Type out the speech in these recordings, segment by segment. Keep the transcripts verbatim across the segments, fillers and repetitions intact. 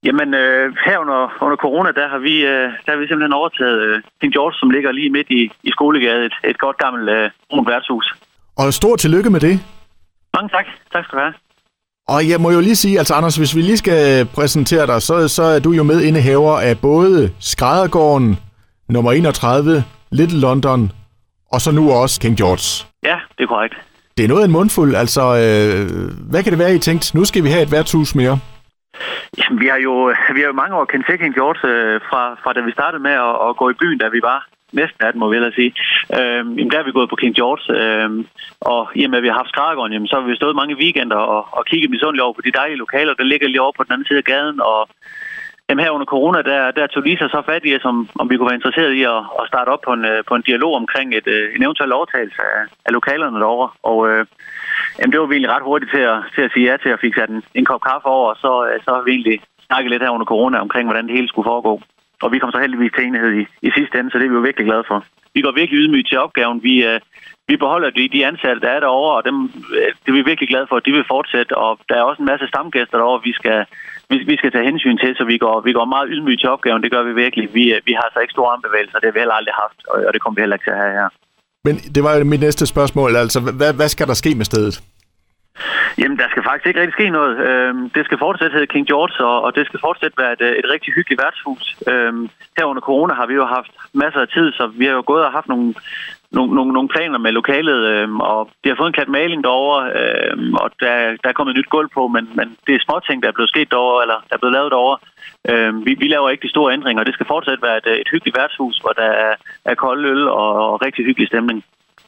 Jamen, øh, her under, under corona, der har vi, øh, der har vi simpelthen overtaget øh, King George, som ligger lige midt i, i Skolegade, et, et godt gammelt øh, brunt værtshus. Og stort tillykke med det. Mange tak. Tak skal du have. Og jeg må jo lige sige, altså Anders, hvis vi lige skal præsentere dig, så, så er du jo medindehaver af både Skræddergården, nummer enogtredive, Little London, og så nu også King George. Ja, det er korrekt. Det er noget af en mundfuld, altså øh, hvad kan det være, I tænkt? Nu skal vi have et værtshus mere. Jamen, vi har jo, vi har jo mange år kendt til King George, øh, fra, fra da vi startede med at, at gå i byen, da vi var næsten atten, må vi ellers sige. Øh, jamen, der er vi gået på King George, øh, og i og med, at vi har haft Skræddergården, jamen, så har vi stået mange weekender og, og kigget misundeligt over på de dejlige lokaler, der ligger lige over på den anden side af gaden, og jamen, her under corona, der, der tog Lisa så fat i os, om, om vi kunne være interesseret i at, at starte op på en, på en dialog omkring et, en eventuel overtagelse af, af lokalerne derovre. Og øh, jamen, det var vi egentlig ret hurtigt til at, til at sige ja til at fik sat en, en kop kaffe over, og så, så har vi egentlig snakket lidt her under corona omkring, hvordan det hele skulle foregå. Og vi kom så heldigvis til enighed i, i sidste ende, så det er vi jo virkelig glade for. Vi går virkelig ydmygt til opgaven. Vi, øh, vi beholder de, de ansatte, der er derovre, og dem, det er vi virkelig glade for, at de vil fortsætte. Og der er også en masse stamgæster derovre, vi skal, vi, vi skal tage hensyn til, så vi går, vi går meget ydmygt til opgaven. Det gør vi virkelig. Vi, vi har så ikke store armbevægelser, det har vi heller aldrig haft, og det kommer vi heller ikke til at have her. Men det var jo mit næste spørgsmål, altså hvad, hvad skal der ske med stedet? Jamen, der skal faktisk ikke rigtig ske noget. Øhm, det skal fortsat hedde King George, og, og det skal fortsat være et, et rigtig hyggeligt værtshus. Øhm, her under corona har vi jo haft masser af tid, så vi har jo gået og haft nogle, nogle, nogle, nogle planer med lokalet, øhm, og de har fået en klat maling derovre, øhm, og der, der er kommet et nyt gulv på, men, men det er småting, der er blevet sket derovre, eller der er blevet lavet derovre. Øhm, vi, vi laver ikke de store ændringer, og det skal fortsat være et, et hyggeligt værtshus, hvor der er, er kold øl og, og rigtig hyggelig stemning.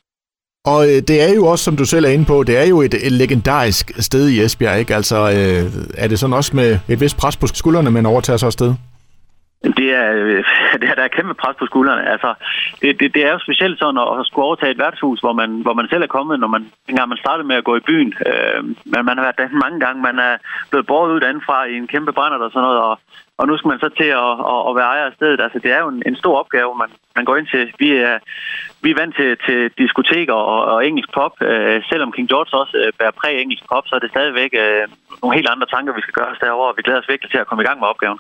Og øh, det er jo også, som du selv er inde på, det er jo et, et legendarisk sted i Esbjerg, ikke? Altså, øh, er det sådan også med et vist pres på skuldrene, man overtager så afsted? Det er, det er der er kæmpe pres på skuldrene. Altså, det, det, det er jo specielt sådan at, at skulle overtage et værtshus, hvor man, hvor man selv er kommet, når man, når man startede med at gå i byen. Øh, men man har været der mange gange. Man er blevet båret ud derindefra i en kæmpe brænder og sådan noget, og, og nu skal man så til at, at, at være ejer af stedet. Altså, det er jo en, en stor opgave, man, man går ind til. Vi er, vi er vant til, til diskoteker og, og engelsk pop. Øh, selvom King George også øh, bærer præg engelsk pop, så er det stadigvæk øh, nogle helt andre tanker, vi skal gøre os derovre, og vi glæder os virkelig til at komme i gang med opgaven.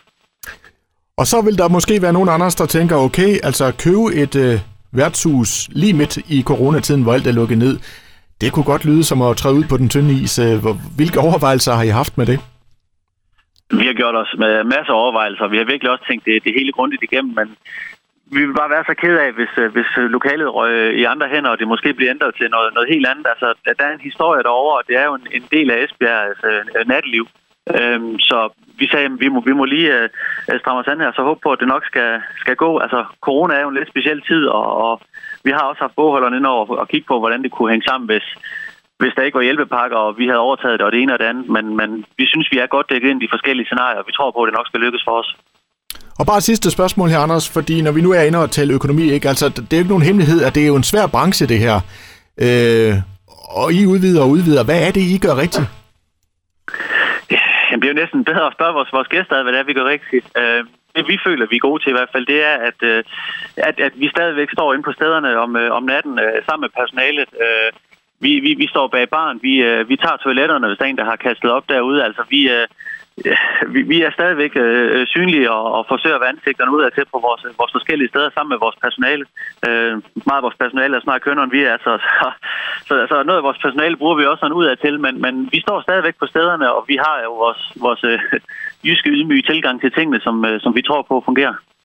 Og så vil der måske være nogen andre, der tænker, okay, altså købe et øh, værtshus lige midt i coronatiden, hvor alt er lukket ned. Det kunne godt lyde som at træde ud på den tynde is. Hvilke overvejelser har I haft med det? Vi har gjort os med masser af overvejelser. Vi har virkelig også tænkt det, det hele grundigt igennem, men vi vil bare være så ked af, hvis, hvis lokalet røg i andre hænder, og det måske bliver ændret til noget, noget helt andet. Altså, der er en historie derovre, og det er jo en, en del af Esbjergs øh, natteliv. Øhm, så vi sagde, at vi må, vi må lige øh, stramme os an her, så håbe på, at det nok skal, skal gå. Altså, corona er jo en lidt speciel tid, og, og vi har også haft bogholderne ind over og kigge på, hvordan det kunne hænge sammen, hvis, hvis der ikke var hjælpepakker, og vi havde overtaget det, og det ene og det andet. Men, men vi synes, vi er godt dækket ind i de forskellige scenarier, og vi tror på, at det nok skal lykkes for os. Og bare sidste spørgsmål her, Anders, fordi når vi nu er inde og tale økonomi, ikke? Altså, det er jo ikke nogen hemmelighed, at det er jo en svær branche, det her. Øh, og I udvider og udvider. Hvad er det, I gør rigtigt? Jamen, det er jo næsten bedre at spørge vores, vores gæster, hvad det er, vi gør rigtigt. Øh, det vi føler, vi er gode til i hvert fald, det er, at, øh, at, at vi stadigvæk står inde på stederne om, øh, om natten øh, sammen med personalet. Øh, vi, vi, vi står bag baren, vi, øh, vi tager toiletterne, hvis der er en, der har kastet op derude. Altså, vi, øh, vi, vi er stadigvæk øh, synlige og, og forsøger at være ansigterne ud af til på vores, vores forskellige steder sammen med vores personale. Øh, meget af vores personale er snart kønner, end vi er, så, så, så altså, noget af vores personale bruger vi også sådan ud af til, men, men vi står stadigvæk på stederne, og vi har jo vores, vores øh, jyske ydmyge tilgang til tingene, som, øh, som vi tror på fungerer.